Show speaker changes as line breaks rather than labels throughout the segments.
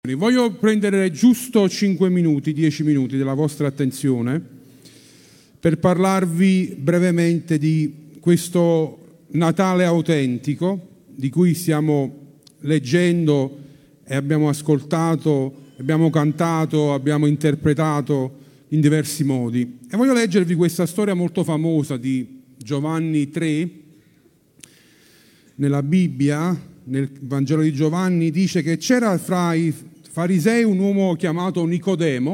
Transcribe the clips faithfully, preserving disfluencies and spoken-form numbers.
Voglio prendere giusto cinque minuti, dieci minuti della vostra attenzione per parlarvi brevemente di questo Natale autentico di cui stiamo leggendo e abbiamo ascoltato, abbiamo cantato, abbiamo interpretato in diversi modi. E voglio leggervi questa storia molto famosa di Giovanni tre. Nella Bibbia, nel Vangelo di Giovanni, dice che c'era fra i farisei un uomo chiamato Nicodemo,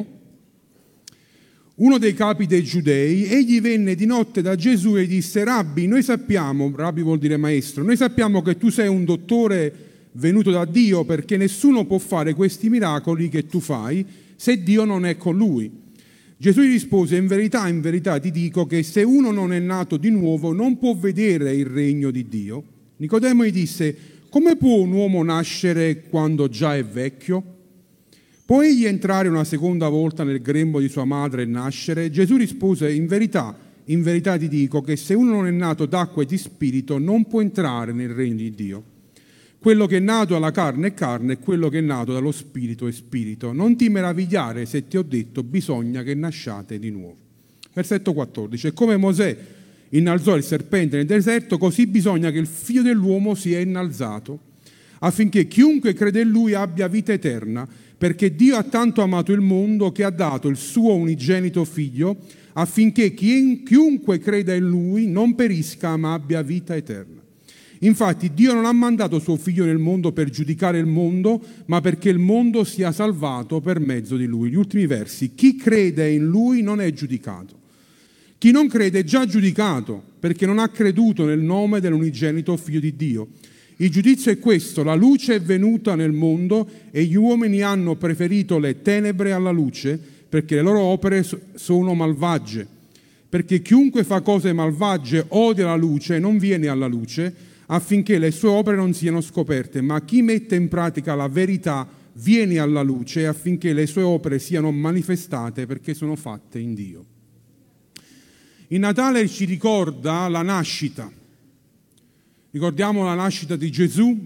uno dei capi dei giudei. Egli venne di notte da Gesù e disse: Rabbi, noi sappiamo, Rabbi vuol dire maestro, noi sappiamo che tu sei un dottore venuto da Dio, perché nessuno può fare questi miracoli che tu fai se Dio non è con lui. Gesù gli rispose: in verità, in verità ti dico che se uno non è nato di nuovo non può vedere il regno di Dio. Nicodemo gli disse: come può un uomo nascere quando già è vecchio? Può egli entrare una seconda volta nel grembo di sua madre e nascere? Gesù rispose: in verità, in verità ti dico che se uno non è nato d'acqua e di spirito non può entrare nel regno di Dio. Quello che è nato dalla carne è carne e quello che è nato dallo spirito è spirito. Non ti meravigliare se ti ho detto bisogna che nasciate di nuovo. Versetto quattordici. E come Mosè innalzò il serpente nel deserto, così bisogna che il figlio dell'uomo sia innalzato, affinché chiunque crede in lui abbia vita eterna, perché Dio ha tanto amato il mondo che ha dato il suo unigenito figlio, affinché chiunque creda in lui non perisca ma abbia vita eterna. Infatti Dio non ha mandato suo figlio nel mondo per giudicare il mondo, ma perché il mondo sia salvato per mezzo di lui. Gli ultimi versi: chi crede in lui non è giudicato. Chi non crede è già giudicato, perché non ha creduto nel nome dell'unigenito figlio di Dio. Il giudizio è questo: la luce è venuta nel mondo e gli uomini hanno preferito le tenebre alla luce, perché le loro opere sono malvagie. Perché chiunque fa cose malvagie odia la luce e non viene alla luce, affinché le sue opere non siano scoperte. Ma chi mette in pratica la verità viene alla luce, affinché le sue opere siano manifestate, perché sono fatte in Dio. Il Natale ci ricorda la nascita. Ricordiamo la nascita di Gesù,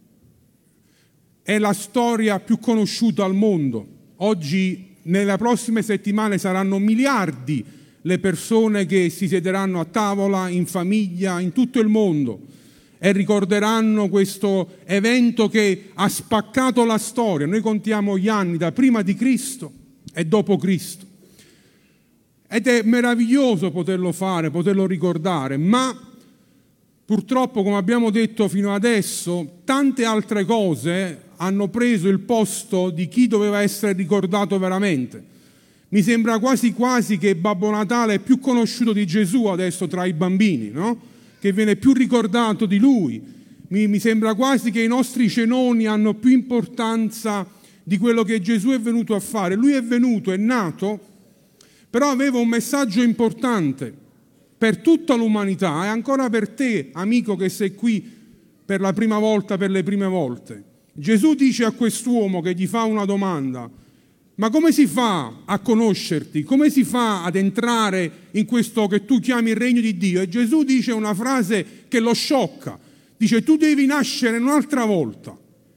è la storia più conosciuta al mondo. Oggi, nelle prossime settimane, saranno miliardi le persone che si siederanno a tavola, in famiglia, in tutto il mondo e ricorderanno questo evento che ha spaccato la storia. Noi contiamo gli anni da prima di Cristo e dopo Cristo. Ed è meraviglioso poterlo fare, poterlo ricordare, ma purtroppo, come abbiamo detto fino adesso, tante altre cose hanno preso il posto di chi doveva essere ricordato veramente. Mi sembra quasi quasi che Babbo Natale è più conosciuto di Gesù adesso tra i bambini, no? Che viene più ricordato di lui. Mi, mi sembra quasi che i nostri cenoni hanno più importanza di quello che Gesù è venuto a fare. Lui è venuto, è nato, però aveva un messaggio importante per tutta l'umanità e ancora per te, amico, che sei qui per la prima volta, per le prime volte. Gesù dice a quest'uomo che gli fa una domanda: ma come si fa a conoscerti? Come si fa ad entrare in questo che tu chiami il regno di Dio? E Gesù dice una frase che lo sciocca. Dice: tu devi nascere un'altra volta.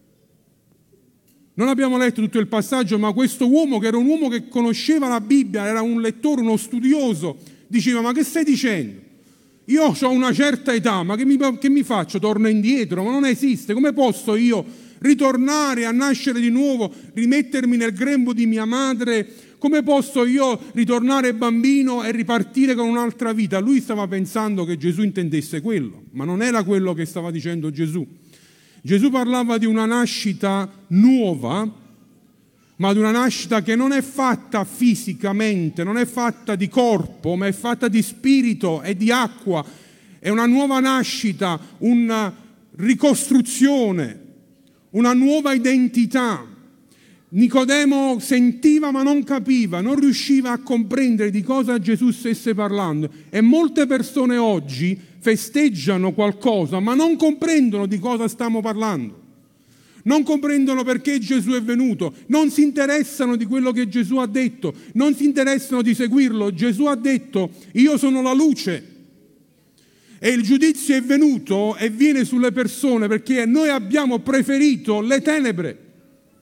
Non abbiamo letto tutto il passaggio, ma questo uomo, che era un uomo che conosceva la Bibbia, era un lettore, uno studioso, diceva: ma che stai dicendo? Io ho una certa età, ma che mi, che mi faccio? Torno indietro? Ma non esiste. Come posso io ritornare a nascere di nuovo, rimettermi nel grembo di mia madre? Come posso io ritornare bambino e ripartire con un'altra vita? Lui stava pensando che Gesù intendesse quello, ma non era quello che stava dicendo Gesù. Gesù parlava di una nascita nuova, ma di una nascita che non è fatta fisicamente, non è fatta di corpo, ma è fatta di spirito e di acqua. È una nuova nascita, una ricostruzione, una nuova identità. Nicodemo sentiva ma non capiva, non riusciva a comprendere di cosa Gesù stesse parlando. E molte persone oggi festeggiano qualcosa, ma non comprendono di cosa stiamo parlando. Non comprendono perché Gesù è venuto, non si interessano di quello che Gesù ha detto, non si interessano di seguirlo. Gesù ha detto: io sono la luce. E il giudizio è venuto e viene sulle persone perché noi abbiamo preferito le tenebre.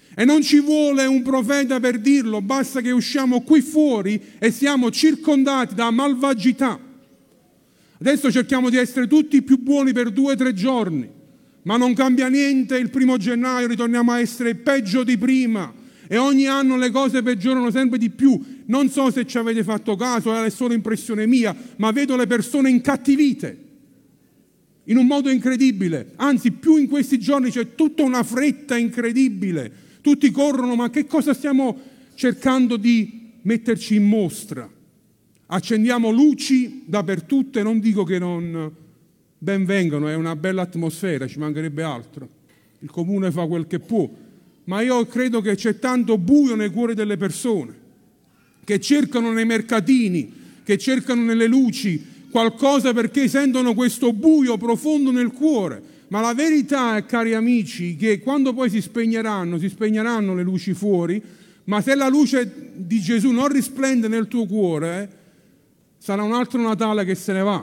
E non ci vuole un profeta per dirlo, basta che usciamo qui fuori e siamo circondati da malvagità. Adesso cerchiamo di essere tutti più buoni per due o tre giorni, ma non cambia niente, il primo gennaio ritorniamo a essere peggio di prima e ogni anno le cose peggiorano sempre di più. Non so se ci avete fatto caso, è solo impressione mia, ma vedo le persone incattivite in un modo incredibile, anzi più in questi giorni c'è tutta una fretta incredibile. Tutti corrono, ma che cosa stiamo cercando di metterci in mostra? Accendiamo luci dappertutto e non dico che non ben vengano, è una bella atmosfera, ci mancherebbe altro. Il comune fa quel che può, ma io credo che c'è tanto buio nei cuori delle persone, che cercano nei mercatini, che cercano nelle luci qualcosa perché sentono questo buio profondo nel cuore. Ma la verità è, cari amici, che quando poi si spegneranno, si spegneranno le luci fuori, ma se la luce di Gesù non risplende nel tuo cuore, eh, sarà un altro Natale che se ne va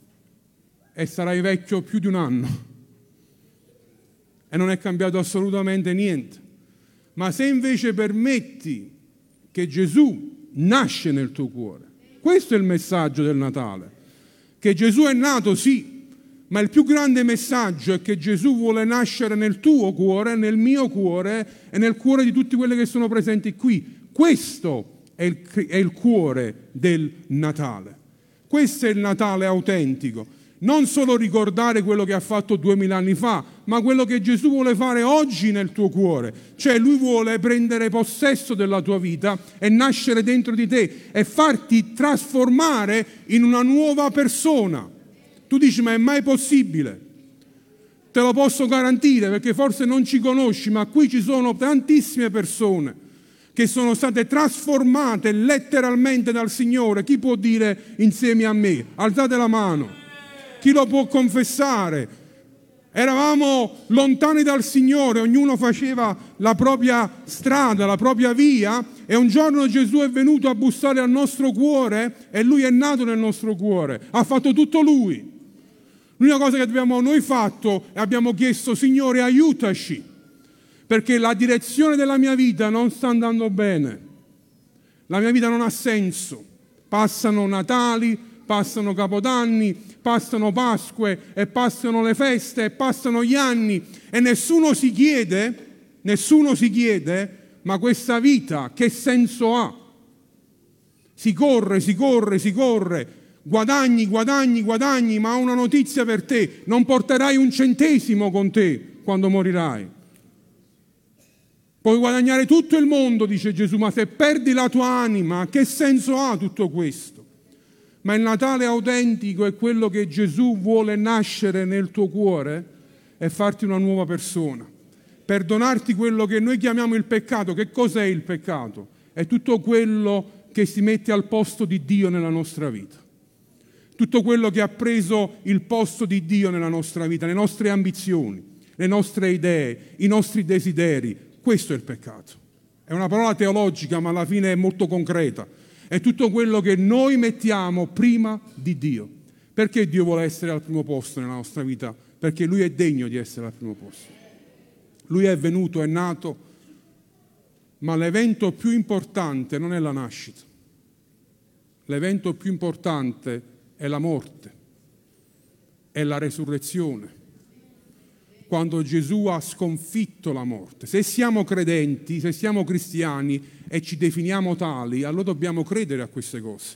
e sarai vecchio più di un anno e non è cambiato assolutamente niente. Ma se invece permetti che Gesù nasce nel tuo cuore, questo è il messaggio del Natale, che Gesù è nato, sì, ma il più grande messaggio è che Gesù vuole nascere nel tuo cuore, nel mio cuore e nel cuore di tutti quelli che sono presenti qui. Questo è il, è il cuore del Natale. Questo è il Natale autentico. Non solo ricordare quello che ha fatto duemila anni fa, ma quello che Gesù vuole fare oggi nel tuo cuore. Cioè Lui vuole prendere possesso della tua vita e nascere dentro di te e farti trasformare in una nuova persona. Tu dici, ma è mai possibile? Te lo posso garantire perché forse non ci conosci, ma qui ci sono tantissime persone che sono state trasformate letteralmente dal Signore. Chi può dire insieme a me? Alzate la mano. Chi lo può confessare? Eravamo lontani dal Signore, ognuno faceva la propria strada, la propria via e un giorno Gesù è venuto a bussare al nostro cuore e Lui è nato nel nostro cuore. Ha fatto tutto Lui. L'unica cosa che abbiamo noi fatto è abbiamo chiesto, Signore, aiutaci, perché la direzione della mia vita non sta andando bene. La mia vita non ha senso. Passano Natali, passano Capodanni, passano Pasque e passano le feste e passano gli anni e nessuno si chiede, nessuno si chiede, ma questa vita che senso ha? Si corre, si corre, si corre. Guadagni, guadagni, guadagni, ma ho una notizia per te, non porterai un centesimo con te quando morirai. Puoi guadagnare tutto il mondo, dice Gesù, ma se perdi la tua anima, che senso ha tutto questo? Ma il Natale autentico è quello che Gesù vuole nascere nel tuo cuore e farti una nuova persona, perdonarti quello che noi chiamiamo il peccato. Che cos'è il peccato? È tutto quello che si mette al posto di Dio nella nostra vita. Tutto quello che ha preso il posto di Dio nella nostra vita, le nostre ambizioni, le nostre idee, i nostri desideri. Questo è il peccato. È una parola teologica, ma alla fine è molto concreta. È tutto quello che noi mettiamo prima di Dio. Perché Dio vuole essere al primo posto nella nostra vita? Perché Lui è degno di essere al primo posto. Lui è venuto, è nato, ma l'evento più importante non è la nascita. L'evento più importante è la morte, è la resurrezione. Quando Gesù ha sconfitto la morte. Se siamo credenti, se siamo cristiani e ci definiamo tali, allora dobbiamo credere a queste cose.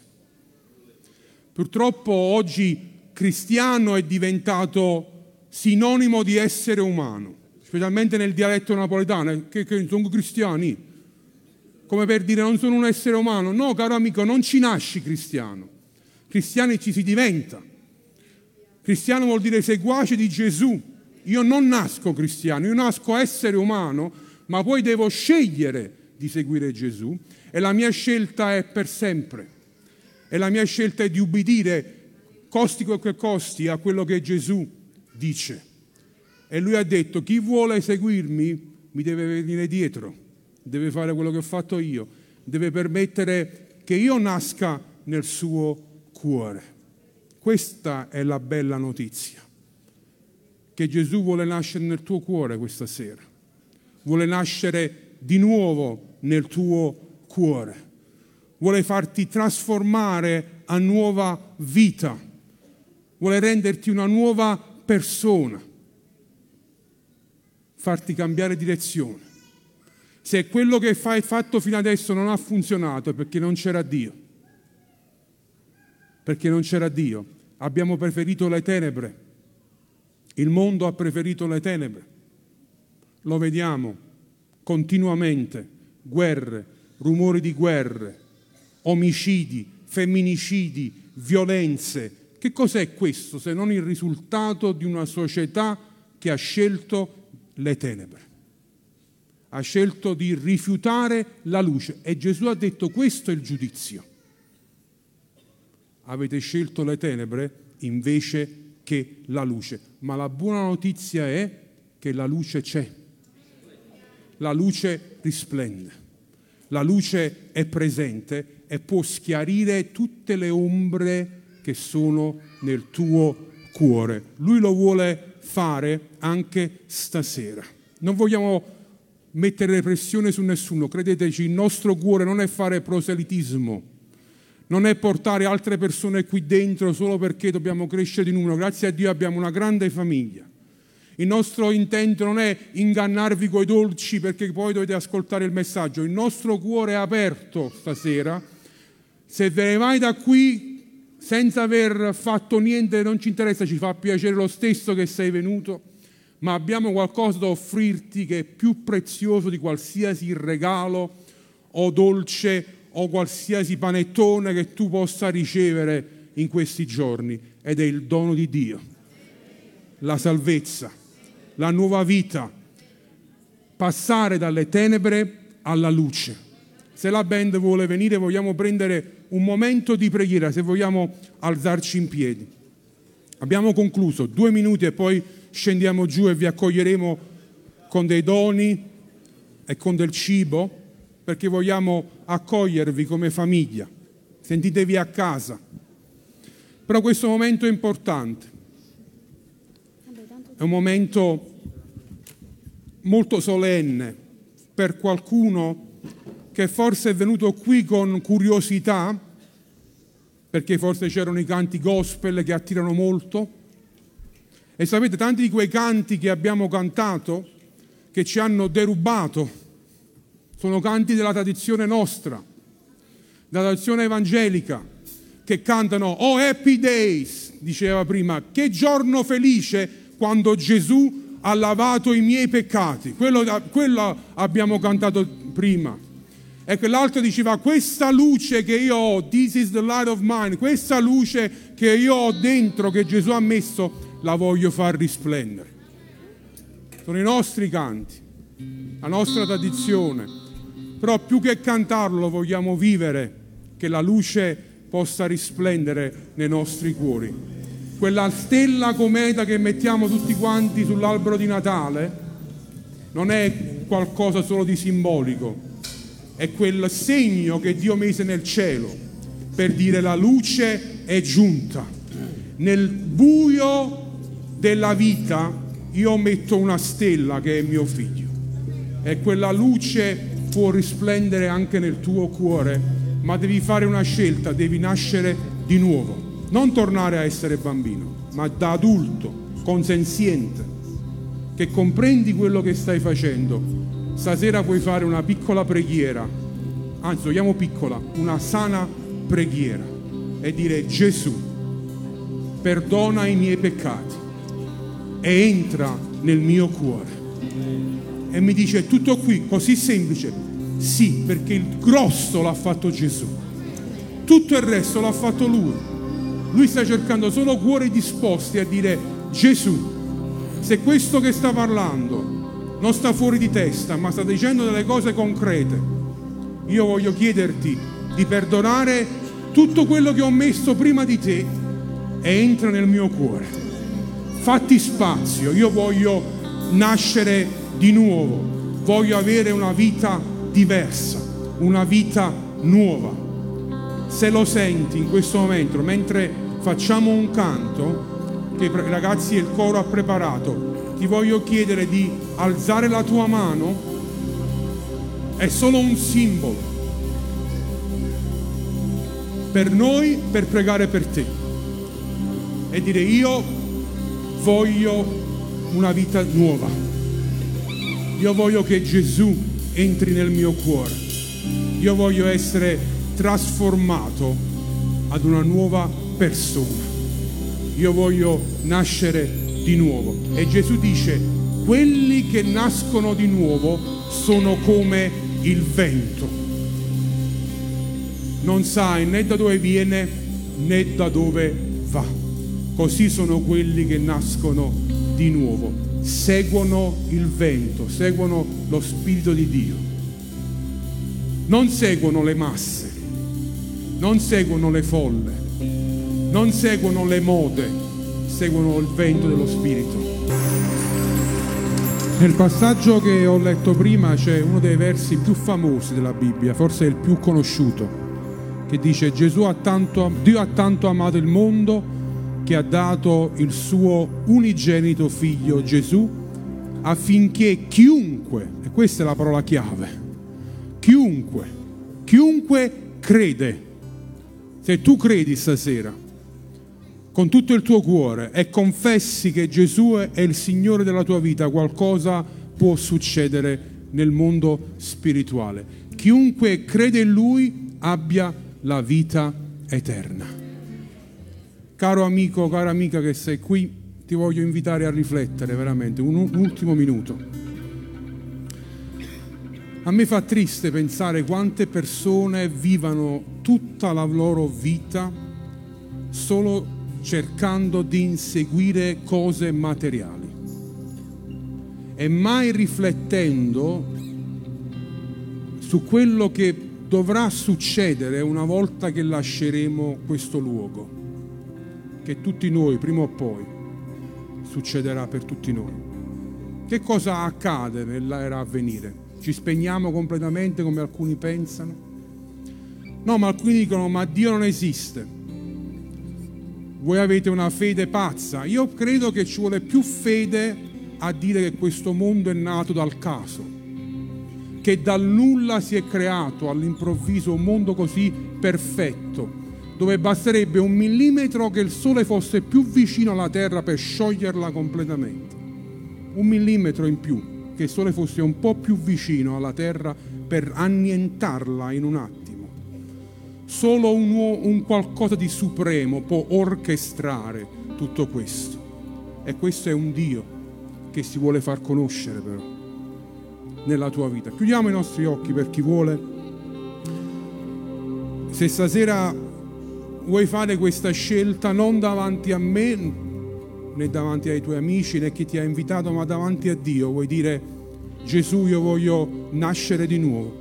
Purtroppo oggi cristiano è diventato sinonimo di essere umano, specialmente nel dialetto napoletano, che, che sono cristiani, come per dire non sono un essere umano. No, caro amico, non ci nasci cristiano. Cristiani ci si diventa. Cristiano vuol dire seguace di Gesù. Io non nasco cristiano, io nasco essere umano, ma poi devo scegliere di seguire Gesù e la mia scelta è per sempre. E la mia scelta è di ubbidire, costi quel che costi, a quello che Gesù dice. E Lui ha detto, chi vuole seguirmi mi deve venire dietro, deve fare quello che ho fatto io, deve permettere che io nasca nel suo cuore. Questa è la bella notizia, che Gesù vuole nascere nel tuo cuore questa sera, vuole nascere di nuovo nel tuo cuore. Vuole farti trasformare a nuova vita. Vuole renderti una nuova persona. Farti cambiare direzione. Se quello che hai fatto fino adesso non ha funzionato è perché non c'era Dio. Perché non c'era Dio. Abbiamo preferito le tenebre. Il mondo ha preferito le tenebre. Lo vediamo continuamente. Guerre, rumori di guerre, omicidi, femminicidi, violenze. Che cos'è questo se non il risultato di una società che ha scelto le tenebre? Ha scelto di rifiutare la luce. E Gesù ha detto: questo è il giudizio. Avete scelto le tenebre invece che la luce. Ma la buona notizia è che la luce c'è. La luce risplende. La luce è presente e può schiarire tutte le ombre che sono nel tuo cuore. Lui lo vuole fare anche stasera. Non vogliamo mettere pressione su nessuno. Credeteci, il nostro cuore non è fare proselitismo. Non è portare altre persone qui dentro solo perché dobbiamo crescere di numero. Grazie a Dio abbiamo una grande famiglia. Il nostro intento non è ingannarvi coi dolci perché poi dovete ascoltare il messaggio. Il nostro cuore è aperto stasera. Se ve ne vai da qui senza aver fatto niente, non ci interessa, ci fa piacere lo stesso che sei venuto, ma abbiamo qualcosa da offrirti che è più prezioso di qualsiasi regalo o dolce o qualsiasi panettone che tu possa ricevere in questi giorni, ed è il dono di Dio, la salvezza, la nuova vita, passare dalle tenebre alla luce. Se la band vuole venire, vogliamo prendere un momento di preghiera, se vogliamo alzarci in piedi. Abbiamo concluso, due minuti e poi scendiamo giù e vi accoglieremo con dei doni e con del cibo, perché vogliamo accogliervi come famiglia. Sentitevi a casa. Però questo momento è importante. È un momento molto solenne per qualcuno che forse è venuto qui con curiosità, perché forse c'erano i canti gospel che attirano molto. E sapete, tanti di quei canti che abbiamo cantato, che ci hanno derubato, sono canti della tradizione nostra, della tradizione evangelica, che cantano "Oh happy days", diceva prima, che giorno felice quando Gesù ha lavato i miei peccati. Quello, quello abbiamo cantato prima. E quell'altro diceva: questa luce che io ho, this is the light of mine, questa luce che io ho dentro, che Gesù ha messo, la voglio far risplendere. Sono i nostri canti, la nostra tradizione. Però più che cantarlo lo vogliamo vivere, che la luce possa risplendere nei nostri cuori. Quella stella cometa che mettiamo tutti quanti sull'albero di Natale non è qualcosa solo di simbolico, è quel segno che Dio mise nel cielo per dire: la luce è giunta. Nel buio della vita io metto una stella che è mio figlio, e quella luce può risplendere anche nel tuo cuore, ma devi fare una scelta, devi nascere di nuovo, non tornare a essere bambino, ma da adulto, consenziente, che comprendi quello che stai facendo. Stasera puoi fare una piccola preghiera, anzi vogliamo piccola, una sana preghiera, e dire: Gesù, perdona i miei peccati e entra nel mio cuore. E mi dice: è tutto qui, così semplice. Sì, perché il grosso l'ha fatto Gesù, tutto il resto l'ha fatto Lui. Lui sta cercando solo cuori disposti a dire: Gesù, se questo che sta parlando non sta fuori di testa, ma sta dicendo delle cose concrete, io voglio chiederti di perdonare tutto quello che ho messo prima di te e entra nel mio cuore. Fatti spazio, io voglio nascere di nuovo, voglio avere una vita diversa, una vita nuova. Se lo senti in questo momento, mentre facciamo un canto che i ragazzi e il coro ha preparato, ti voglio chiedere di alzare la tua mano è solo un simbolo per noi, per pregare per te e dire: io voglio una vita nuova, io voglio che Gesù entri nel mio cuore, io voglio essere trasformato ad una nuova persona, io voglio nascere di nuovo. E Gesù dice: quelli che nascono di nuovo sono come il vento, non sai né da dove viene né da dove va. Così sono quelli che nascono di nuovo, seguono il vento, seguono lo Spirito di Dio, non seguono le masse, non seguono le folle, non seguono le mode, seguono il vento dello Spirito. Nel passaggio che ho letto prima c'è uno dei versi più famosi della Bibbia, forse il più conosciuto, che dice: Gesù ha tanto, Dio ha tanto amato il mondo che ha dato il suo unigenito figlio Gesù, affinché chiunque, e questa è la parola chiave, chiunque, chiunque crede, se tu credi stasera con tutto il tuo cuore e confessi che Gesù è il Signore della tua vita, qualcosa può succedere nel mondo spirituale. Chiunque crede in Lui abbia la vita eterna. Caro amico, cara amica che sei qui, ti voglio invitare a riflettere veramente un, un ultimo minuto. A me fa triste pensare quante persone vivano tutta la loro vita solo cercando di inseguire cose materiali e mai riflettendo su quello che dovrà succedere una volta che lasceremo questo luogo, che tutti noi prima o poi succederà per tutti noi. Che cosa accade nell'era a venire? Ci spegniamo completamente come alcuni pensano? No, ma alcuni dicono: ma Dio non esiste, voi avete una fede pazza. Io credo che ci vuole più fede a dire che questo mondo è nato dal caso, che dal nulla si è creato all'improvviso un mondo così perfetto, dove basterebbe un millimetro che il sole fosse più vicino alla terra per scioglierla completamente, un millimetro in più, che il sole fosse un po' più vicino alla terra per annientarla in un attimo. Solo un, un qualcosa di supremo può orchestrare tutto questo, e questo è un Dio che si vuole far conoscere però nella tua vita. Chiudiamo i nostri occhi per chi vuole. Se stasera vuoi fare questa scelta non davanti a me né davanti ai tuoi amici né chi ti ha invitato, ma davanti a Dio, vuoi dire: Gesù, io voglio nascere di nuovo.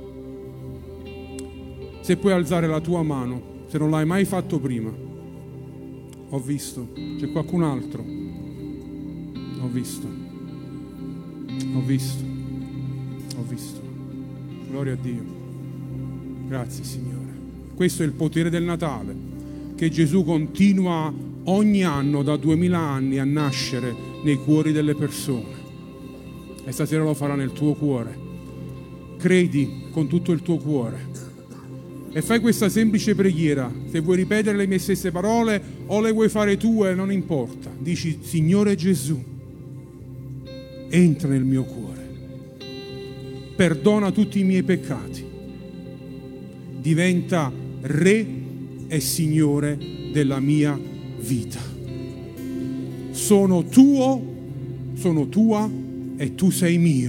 Se puoi alzare la tua mano, se non l'hai mai fatto prima. Ho visto, c'è qualcun altro. Ho visto, ho visto, ho visto. Gloria a Dio. Grazie Signore. Questo è il potere del Natale, che Gesù continua ogni anno da duemila anni a nascere nei cuori delle persone, e stasera lo farà nel tuo cuore. Credi con tutto il tuo cuore e fai questa semplice preghiera. Se vuoi ripetere le mie stesse parole o le vuoi fare tue, non importa. Dici: Signore Gesù, entra nel mio cuore, perdona tutti i miei peccati, diventa Re e Signore della mia vita. Sono tuo, sono tua e tu sei mio.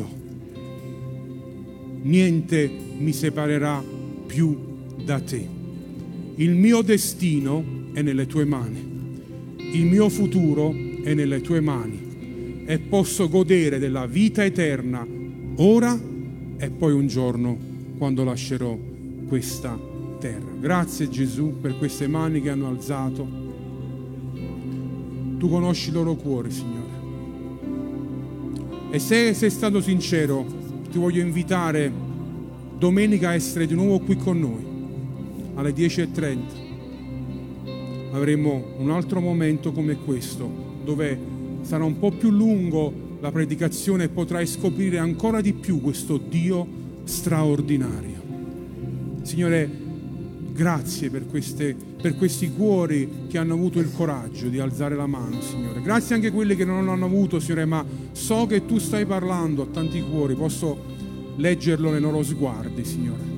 Niente mi separerà più da te. Il mio destino è nelle tue mani, il mio futuro è nelle tue mani, e posso godere della vita eterna ora e poi un giorno quando lascerò questa terra. Grazie Gesù per queste mani che hanno alzato. Tu conosci il loro cuore, Signore, e se sei stato sincero ti voglio invitare domenica a essere di nuovo qui con noi alle dieci e trenta. Avremo un altro momento come questo, dove sarà un po' più lungo la predicazione e potrai scoprire ancora di più questo Dio straordinario. Signore, grazie per, queste, per questi cuori che hanno avuto il coraggio di alzare la mano, Signore. Grazie anche a quelli che non l'hanno avuto, Signore, ma so che Tu stai parlando a tanti cuori, posso leggerlo nei loro sguardi, Signore.